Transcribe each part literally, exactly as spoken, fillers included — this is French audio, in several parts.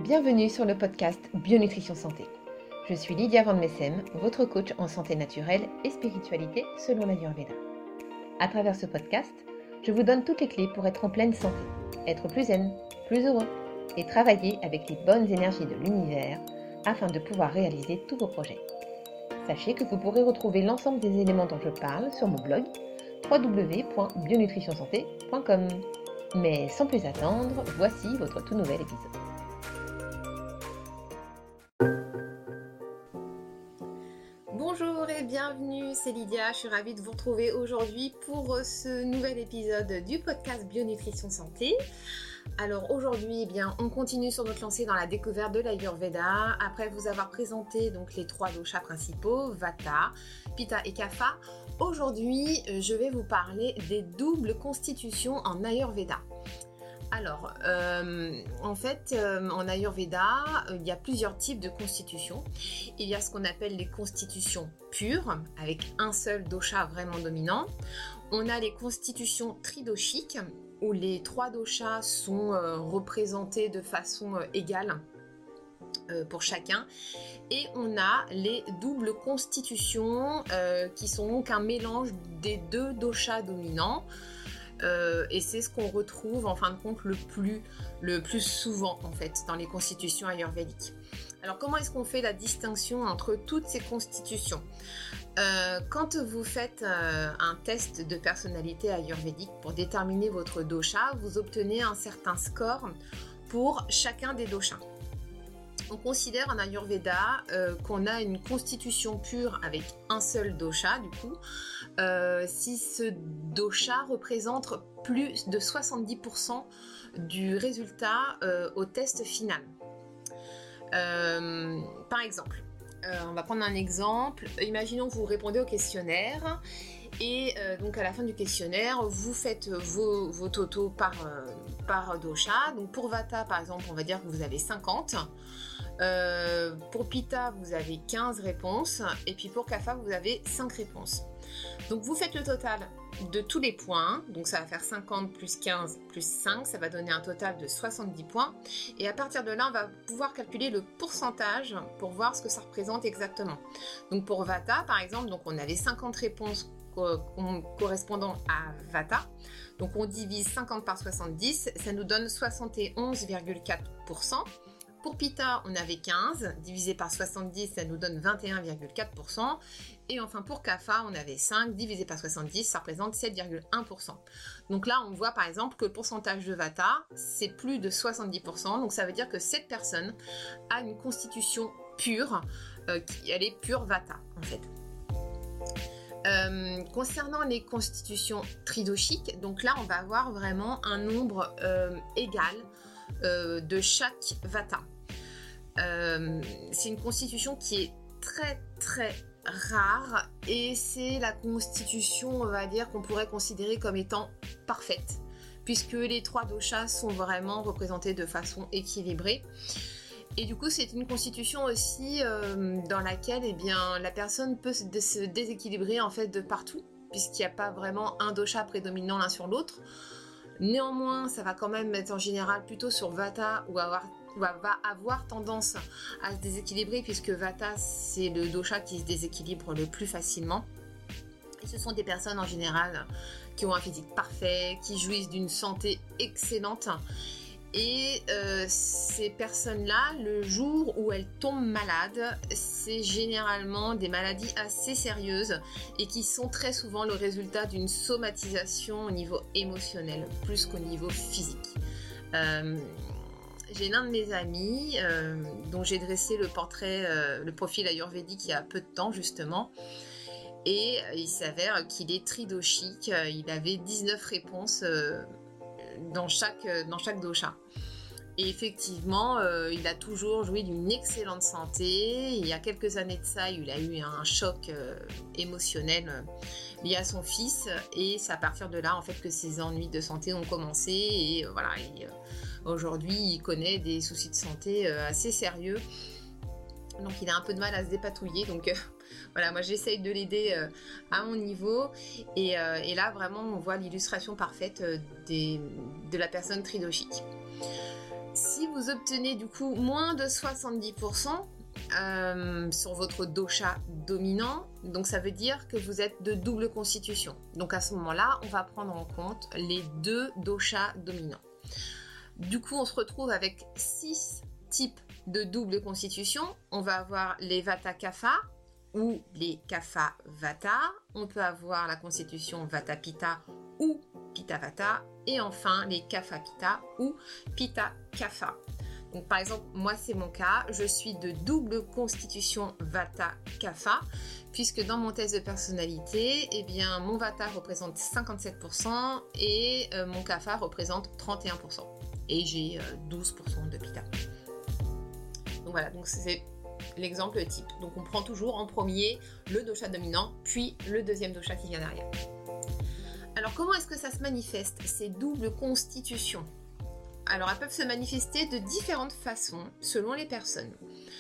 Bienvenue sur le podcast Bionutrition Santé. Je suis Lydia Van Messem, votre coach en santé naturelle et spiritualité selon l'Ayurveda. À travers ce podcast, je vous donne toutes les clés pour être en pleine santé, être plus zen, plus heureux et travailler avec les bonnes énergies de l'univers afin de pouvoir réaliser tous vos projets. Sachez que vous pourrez retrouver l'ensemble des éléments dont je parle sur mon blog w w w point bionutrition santé point com. Mais sans plus attendre, voici votre tout nouvel épisode. Bonjour et bienvenue, c'est Lydia, je suis ravie de vous retrouver aujourd'hui pour ce nouvel épisode du podcast Bionutrition Santé. Alors aujourd'hui, eh bien, on continue sur notre lancée dans la découverte de l'Ayurveda. Après vous avoir présenté donc les trois doshas principaux, Vata, Pitta et Kapha, aujourd'hui je vais vous parler des doubles constitutions en Ayurveda. Alors, euh, en fait, euh, en Ayurveda, euh, il y a plusieurs types de constitutions. Il y a ce qu'on appelle les constitutions pures, avec un seul dosha vraiment dominant. On a les constitutions tridoshiques, où les trois doshas sont euh, représentés de façon euh, égale euh, pour chacun. Et on a les doubles constitutions, euh, qui sont donc un mélange des deux doshas dominants. Euh, et c'est ce qu'on retrouve en fin de compte le plus, le plus souvent en fait dans les constitutions ayurvédiques. Alors comment est-ce qu'on fait la distinction entre toutes ces constitutions ? euh, Quand vous faites euh, un test de personnalité ayurvédique pour déterminer votre dosha, vous obtenez un certain score pour chacun des doshas. On considère en Ayurveda euh, qu'on a une constitution pure avec un seul dosha du coup, euh, si ce dosha représente plus de soixante-dix pour cent du résultat euh, au test final. Euh, par exemple, euh, on va prendre un exemple, imaginons que vous répondez au questionnaire et euh, donc à la fin du questionnaire, vous faites vos, vos totaux par, euh, par dosha. Donc pour Vata par exemple, on va dire que vous avez cinquante. Euh, pour Pitta, vous avez quinze réponses et puis pour Kapha, vous avez cinq réponses. Donc vous faites le total de tous les points, donc ça va faire cinquante plus quinze plus cinq, ça va donner un total de soixante-dix points et à partir de là, on va pouvoir calculer le pourcentage pour voir ce que ça représente exactement. Donc pour Vata, par exemple, donc on avait cinquante réponses co- correspondant à Vata, donc on divise cinquante par soixante-dix, ça nous donne soixante et onze virgule quatre pour cent. Pour Pitta, on avait quinze, divisé par soixante-dix, ça nous donne vingt et un virgule quatre pour cent. Et enfin pour Kapha, on avait cinq, divisé par soixante-dix, ça représente sept virgule un pour cent. Donc là, on voit par exemple que le pourcentage de Vata, c'est plus de soixante-dix pour cent. Donc ça veut dire que cette personne a une constitution pure, euh, qui, elle est pure Vata en fait. Euh, concernant les constitutions tridoshiques, donc là, on va avoir vraiment un nombre euh, égal Euh, de chaque Vata. Euh, c'est une constitution qui est très très rare et c'est la constitution, on va dire, qu'on pourrait considérer comme étant parfaite puisque les trois doshas sont vraiment représentés de façon équilibrée. Et du coup, c'est une constitution aussi euh, dans laquelle eh bien, la personne peut se, dé- se déséquilibrer en fait de partout puisqu'il n'y a pas vraiment un dosha prédominant l'un sur l'autre. Néanmoins, ça va quand même être en général plutôt sur Vata ou avoir, ou va avoir tendance à se déséquilibrer puisque Vata, c'est le dosha qui se déséquilibre le plus facilement. Et ce sont des personnes en général qui ont un physique parfait, qui jouissent d'une santé excellente. Et euh, ces personnes-là, le jour où elles tombent malades, c'est généralement des maladies assez sérieuses et qui sont très souvent le résultat d'une somatisation au niveau émotionnel, plus qu'au niveau physique. Euh, j'ai l'un de mes amis euh, dont j'ai dressé le portrait, euh, le profil ayurvédique il y a peu de temps justement. Et il s'avère qu'il est tridoshique, il avait dix-neuf réponses euh, dans chaque, dans chaque dosha. Et effectivement, euh, il a toujours joui d'une excellente santé. Il y a quelques années de ça, il a eu un choc euh, émotionnel euh, lié à son fils. Et c'est à partir de là, en fait, que ses ennuis de santé ont commencé. Et euh, voilà, et, euh, aujourd'hui, il connaît des soucis de santé euh, assez sérieux. Donc, il a un peu de mal à se dépatouiller. Donc, euh, voilà, moi, j'essaye de l'aider euh, à mon niveau. Et, euh, et là, vraiment, on voit l'illustration parfaite euh, des, de la personne tridoshique. si vous obtenez du coup moins de soixante-dix pour cent euh, sur votre dosha dominant, donc ça veut dire que vous êtes de double constitution. Donc à ce moment-là, on va prendre en compte les deux doshas dominants. Du coup, on se retrouve avec six types de double constitution. On va avoir les vata kapha ou les kapha vata. On peut avoir la constitution vata pitta ou pitta vata. Et enfin, les kapha pitta ou pitta kapha. Donc par exemple, moi c'est mon cas, je suis de double constitution vata kapha, puisque dans mon test de personnalité, eh bien, mon vata représente cinquante-sept pour cent et euh, mon kapha représente trente et un pour cent. Et j'ai euh, douze pour cent de pitta. Donc voilà, donc c'est l'exemple type. Donc on prend toujours en premier le dosha dominant, puis le deuxième dosha qui vient derrière. Alors comment est-ce que ça se manifeste, ces doubles constitutions ? Alors elles peuvent se manifester de différentes façons selon les personnes.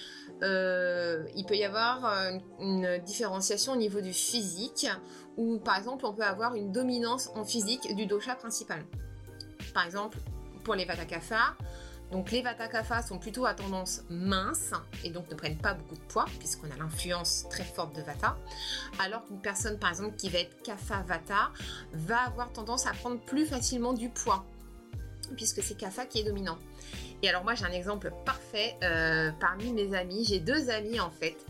Euh, il peut y avoir une, une différenciation au niveau du physique, où par exemple on peut avoir une dominance en physique du dosha principal. Par exemple, pour les vata kapha, donc les vata kapha sont plutôt à tendance mince et donc ne prennent pas beaucoup de poids puisqu'on a l'influence très forte de vata, alors qu'une personne par exemple qui va être kapha vata va avoir tendance à prendre plus facilement du poids puisque c'est kapha qui est dominant. Et alors moi j'ai un exemple parfait euh, parmi mes amis, j'ai deux amies en fait,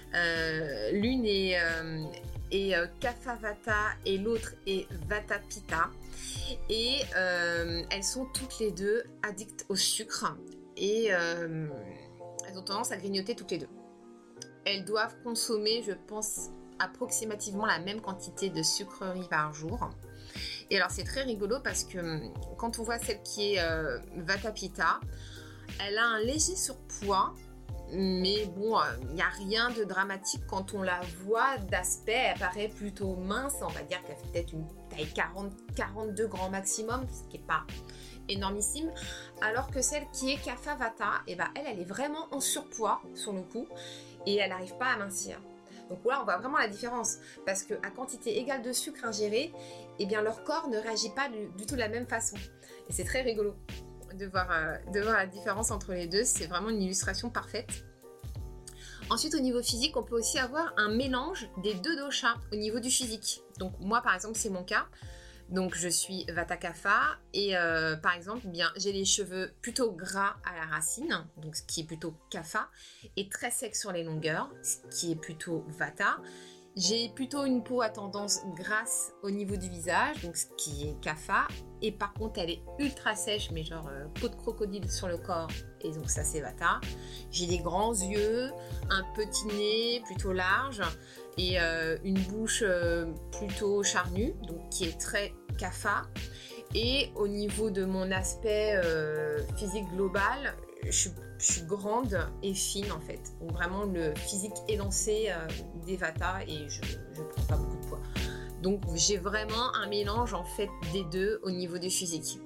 euh, l'une est, euh, est euh, kapha vata et l'autre est vata pitta. Et euh, elles sont toutes les deux addictes au sucre et euh, elles ont tendance à grignoter toutes les deux. Elles doivent consommer, je pense, approximativement la même quantité de sucreries par jour. Et alors c'est très rigolo parce que quand on voit celle qui est euh, vata pitta, elle a un léger surpoids, mais bon, il n'y a rien de dramatique quand on la voit d'aspect, elle paraît plutôt mince, on va dire qu'elle fait peut-être une taille quarante à quarante-deux grands maximum, ce qui n'est pas énormissime, alors que celle qui est kapha vata, eh ben, elle, elle est vraiment en surpoids sur le coup, et elle n'arrive pas à mincir. Donc là, on voit vraiment la différence, parce qu'à quantité égale de sucre ingéré, eh bien, leur corps ne réagit pas du, du tout de la même façon. Et c'est très rigolo de voir, euh, de voir la différence entre les deux, c'est vraiment une illustration parfaite. Ensuite, au niveau physique, on peut aussi avoir un mélange des deux doshas au niveau du physique. Donc moi, par exemple, c'est mon cas. Donc je suis vata kapha et euh, par exemple, eh bien, j'ai les cheveux plutôt gras à la racine, donc ce qui est plutôt kapha, et très sec sur les longueurs, ce qui est plutôt vata. J'ai plutôt une peau à tendance grasse au niveau du visage, donc ce qui est kapha, et par contre elle est ultra sèche, mais genre euh, peau de crocodile sur le corps, et donc ça c'est vata. J'ai des grands yeux, un petit nez plutôt large, et euh, une bouche euh, plutôt charnue, donc qui est très kapha. Et au niveau de mon aspect euh, physique global, je suis, je suis grande et fine en fait. Donc vraiment le physique élancé euh, des vata et je ne prends pas beaucoup de poids. Donc j'ai vraiment un mélange en fait des deux au niveau du physique.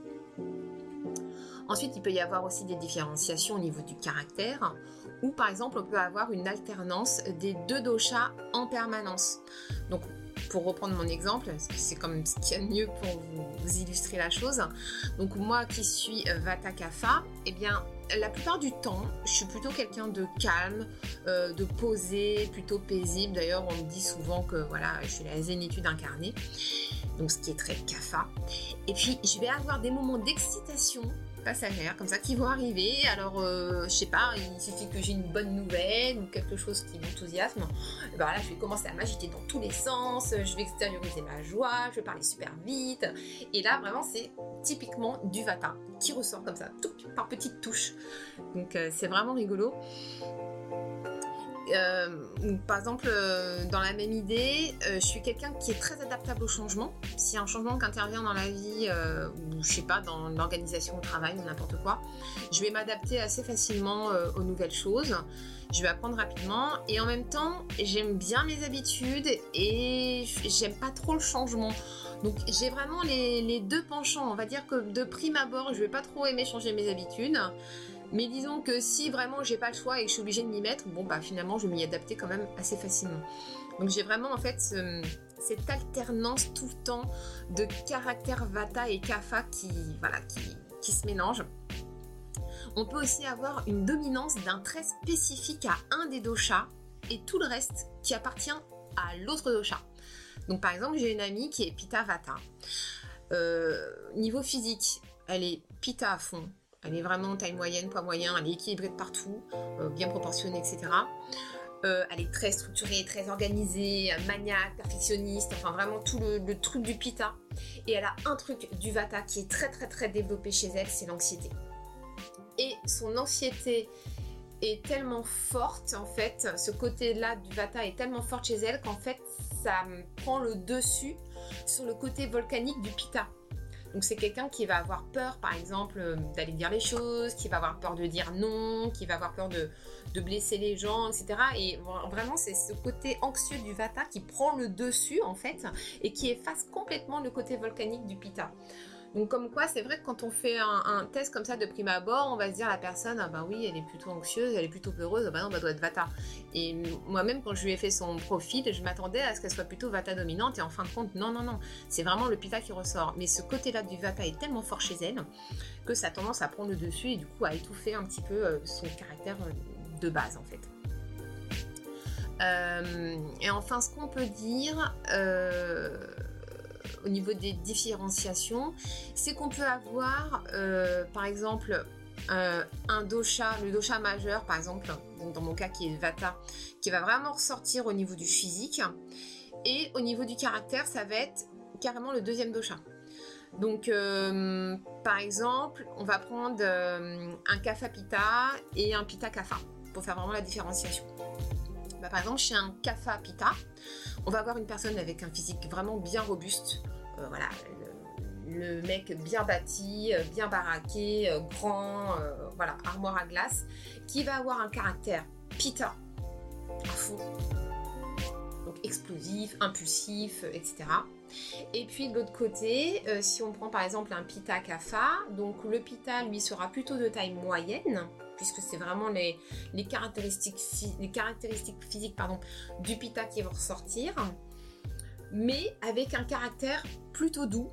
Ensuite, il peut y avoir aussi des différenciations au niveau du caractère, où par exemple on peut avoir une alternance des deux doshas en permanence. Donc pour reprendre mon exemple, parce que c'est comme ce qu'il y a de mieux pour vous, vous illustrer la chose. Donc moi qui suis vata kapha, eh bien la plupart du temps, je suis plutôt quelqu'un de calme, euh, de posé, plutôt paisible. D'ailleurs, on me dit souvent que voilà, je suis la zénitude incarnée, donc ce qui est très kapha. Et puis je vais avoir des moments d'excitation passagères comme ça qui vont arriver. Alors euh, je sais pas, il suffit que j'ai une bonne nouvelle ou quelque chose qui m'enthousiasme, et ben là je vais commencer à m'agiter dans tous les sens, je vais extérioriser ma joie, je vais parler super vite, et là vraiment c'est typiquement du vata qui ressort comme ça, tout, par petites touches. Donc euh, c'est vraiment rigolo. Euh, par exemple, euh, dans la même idée, euh, je suis quelqu'un qui est très adaptable au changement. S'il y a un changement qui intervient dans la vie, euh, ou je sais pas, dans l'organisation au travail ou n'importe quoi, je vais m'adapter assez facilement euh, aux nouvelles choses. Je vais apprendre rapidement et en même temps, j'aime bien mes habitudes et j'aime pas trop le changement. Donc j'ai vraiment les, les deux penchants. On va dire que de prime abord, je vais pas trop aimer changer mes habitudes. Mais disons que si vraiment j'ai pas le choix et que je suis obligée de m'y mettre, bon bah finalement je vais m'y adapter quand même assez facilement. Donc j'ai vraiment en fait ce, cette alternance tout le temps de caractère vata et kapha qui, voilà, qui, qui se mélangent. On peut aussi avoir une dominance d'un trait spécifique à un des doshas et tout le reste qui appartient à l'autre dosha. Donc par exemple, j'ai une amie qui est Pitta Vata. Euh, niveau physique, elle est Pitta à fond. Elle est vraiment taille moyenne, poids moyen, elle est équilibrée de partout, euh, bien proportionnée, et cetera. Euh, elle est très structurée, très organisée, maniaque, perfectionniste, enfin vraiment tout le, le truc du Pitta. Et elle a un truc du Vata qui est très très très développé chez elle, c'est l'anxiété. Et son anxiété est tellement forte en fait, ce côté-là du Vata est tellement fort chez elle qu'en fait ça prend le dessus sur le côté volcanique du Pitta. Donc c'est quelqu'un qui va avoir peur par exemple d'aller dire les choses, qui va avoir peur de dire non, qui va avoir peur de, de blesser les gens, et cetera. Et vraiment c'est ce côté anxieux du Vata qui prend le dessus en fait et qui efface complètement le côté volcanique du Pitta. Donc comme quoi, c'est vrai que quand on fait un, un test comme ça de prime abord, on va se dire à la personne, ah bah oui, elle est plutôt anxieuse, elle est plutôt peureuse, ah bah non, bah doit être Vata. Et moi-même, quand je lui ai fait son profil, je m'attendais à ce qu'elle soit plutôt Vata dominante, et en fin de compte, non, non, non, c'est vraiment le Pitta qui ressort. Mais ce côté-là du Vata est tellement fort chez elle, que ça a tendance à prendre le dessus, et du coup à étouffer un petit peu son caractère de base, en fait. Euh, et enfin, ce qu'on peut dire... Euh, au niveau des différenciations, c'est qu'on peut avoir euh, par exemple euh, un dosha, le dosha majeur par exemple, donc dans mon cas qui est Vata, qui va vraiment ressortir au niveau du physique, et au niveau du caractère ça va être carrément le deuxième dosha. Donc euh, par exemple on va prendre euh, un Kapha Pitta et un Pitta Kapha pour faire vraiment la différenciation. Bah, par exemple chez un Kapha Pitta, on va avoir une personne avec un physique vraiment bien robuste, euh, voilà, le, le mec bien bâti, bien baraqué, euh, grand, euh, voilà, armoire à glace, qui va avoir un caractère Pitta à fond, donc explosif, impulsif, et cetera. Et puis de l'autre côté, euh, si on prend par exemple un Pitta Kapha, donc le Pitta lui sera plutôt de taille moyenne, puisque c'est vraiment les, les, caractéristiques, les caractéristiques physiques pardon, du Pitta qui vont ressortir, mais avec un caractère plutôt doux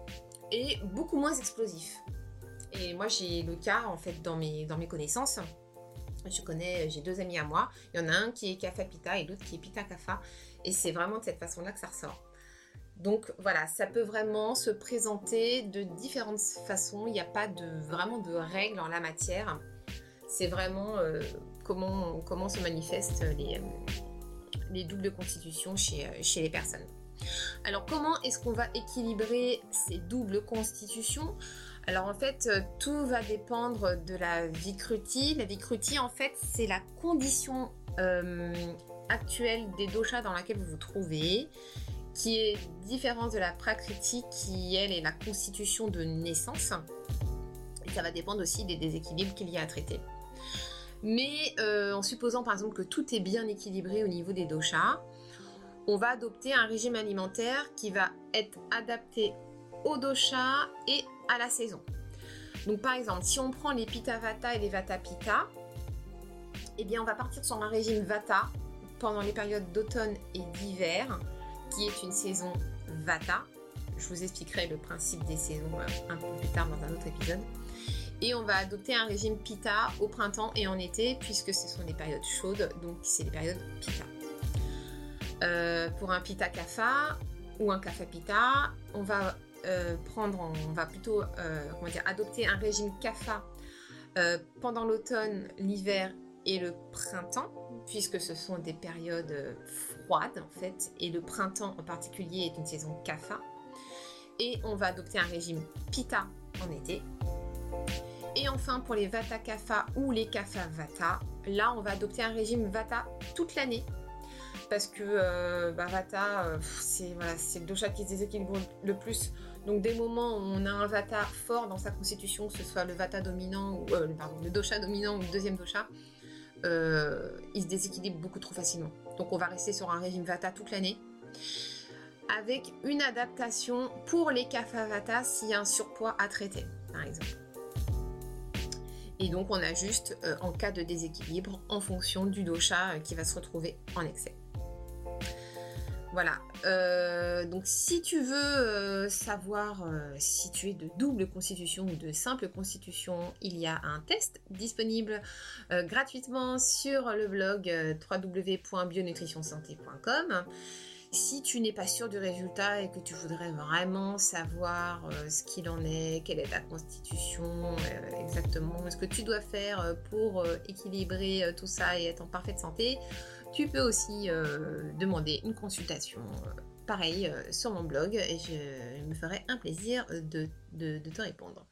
et beaucoup moins explosif. Et moi j'ai le cas en fait dans mes, dans mes connaissances, je connais, j'ai deux amis à moi, il y en a un qui est Kapha Pitta et l'autre qui est Pitta Kapha, et c'est vraiment de cette façon-là que ça ressort. Donc voilà, ça peut vraiment se présenter de différentes façons, il n'y a pas de, vraiment de règles en la matière. C'est vraiment euh, comment, comment se manifestent les, euh, les doubles constitutions chez, euh, chez les personnes. Alors comment est-ce qu'on va équilibrer ces doubles constitutions ? Alors en fait, euh, tout va dépendre de la Vikruti. La Vikruti, en fait, c'est la condition euh, actuelle des doshas dans laquelle vous vous trouvez, qui est différente de la Prakriti, qui elle est la constitution de naissance. Et ça va dépendre aussi des déséquilibres qu'il y a à traiter. Mais euh, en supposant par exemple que tout est bien équilibré au niveau des doshas, on va adopter un régime alimentaire qui va être adapté au dosha et à la saison. Donc par exemple, si on prend les Pitta Vata et les Vata Pitta, eh bien on va partir sur un régime Vata pendant les périodes d'automne et d'hiver, qui est une saison Vata. Je vous expliquerai le principe des saisons un peu plus tard dans un autre épisode. Et on va adopter un régime Pitta au printemps et en été, puisque ce sont des périodes chaudes, donc c'est des périodes Pitta. Euh, pour un Pitta Kapha ou un Kapha Pitta, on va euh, prendre, on va plutôt euh, comment dire, adopter un régime Kapha euh, pendant l'automne, l'hiver et le printemps, puisque ce sont des périodes froides en fait, et le printemps en particulier est une saison Kapha. Et on va adopter un régime Pitta en été. Et enfin, pour les Vata Kapha ou les Kapha Vata, là, on va adopter un régime Vata toute l'année. Parce que euh, bah, Vata, euh, c'est voilà, c'est le dosha qui se déséquilibre le plus. Donc, des moments où on a un Vata fort dans sa constitution, que ce soit le Vata dominant, ou, euh, pardon, le dosha dominant ou le deuxième dosha, euh, il se déséquilibre beaucoup trop facilement. Donc, on va rester sur un régime Vata toute l'année, avec une adaptation pour les Kapha Vata s'il y a un surpoids à traiter, par exemple. Et donc on ajuste euh, en cas de déséquilibre en fonction du dosha euh, qui va se retrouver en excès. Voilà. Euh, donc si tu veux euh, savoir euh, si tu es de double constitution ou de simple constitution, il y a un test disponible euh, gratuitement sur le blog euh, w w w point bionutrition santé point com. Si tu n'es pas sûr du résultat et que tu voudrais vraiment savoir euh, ce qu'il en est, quelle est ta constitution euh, exactement, ce que tu dois faire pour euh, équilibrer euh, tout ça et être en parfaite santé, tu peux aussi euh, demander une consultation euh, pareil euh, sur mon blog et je, je me ferai un plaisir de, de, de te répondre.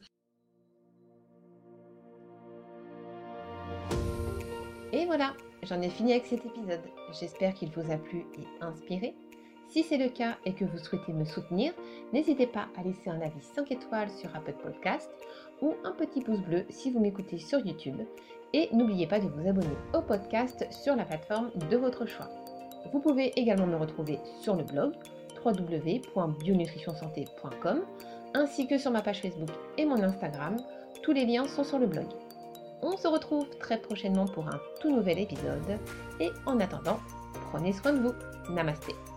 Et voilà, j'en ai fini avec cet épisode. J'espère qu'il vous a plu et inspiré. Si c'est le cas et que vous souhaitez me soutenir, n'hésitez pas à laisser un avis cinq étoiles sur Apple Podcast ou un petit pouce bleu si vous m'écoutez sur YouTube. Et n'oubliez pas de vous abonner au podcast sur la plateforme de votre choix. Vous pouvez également me retrouver sur le blog w w w point bionutrition santé point com ainsi que sur ma page Facebook et mon Instagram. Tous les liens sont sur le blog. On se retrouve très prochainement pour un tout nouvel épisode. Et en attendant, prenez soin de vous. Namasté.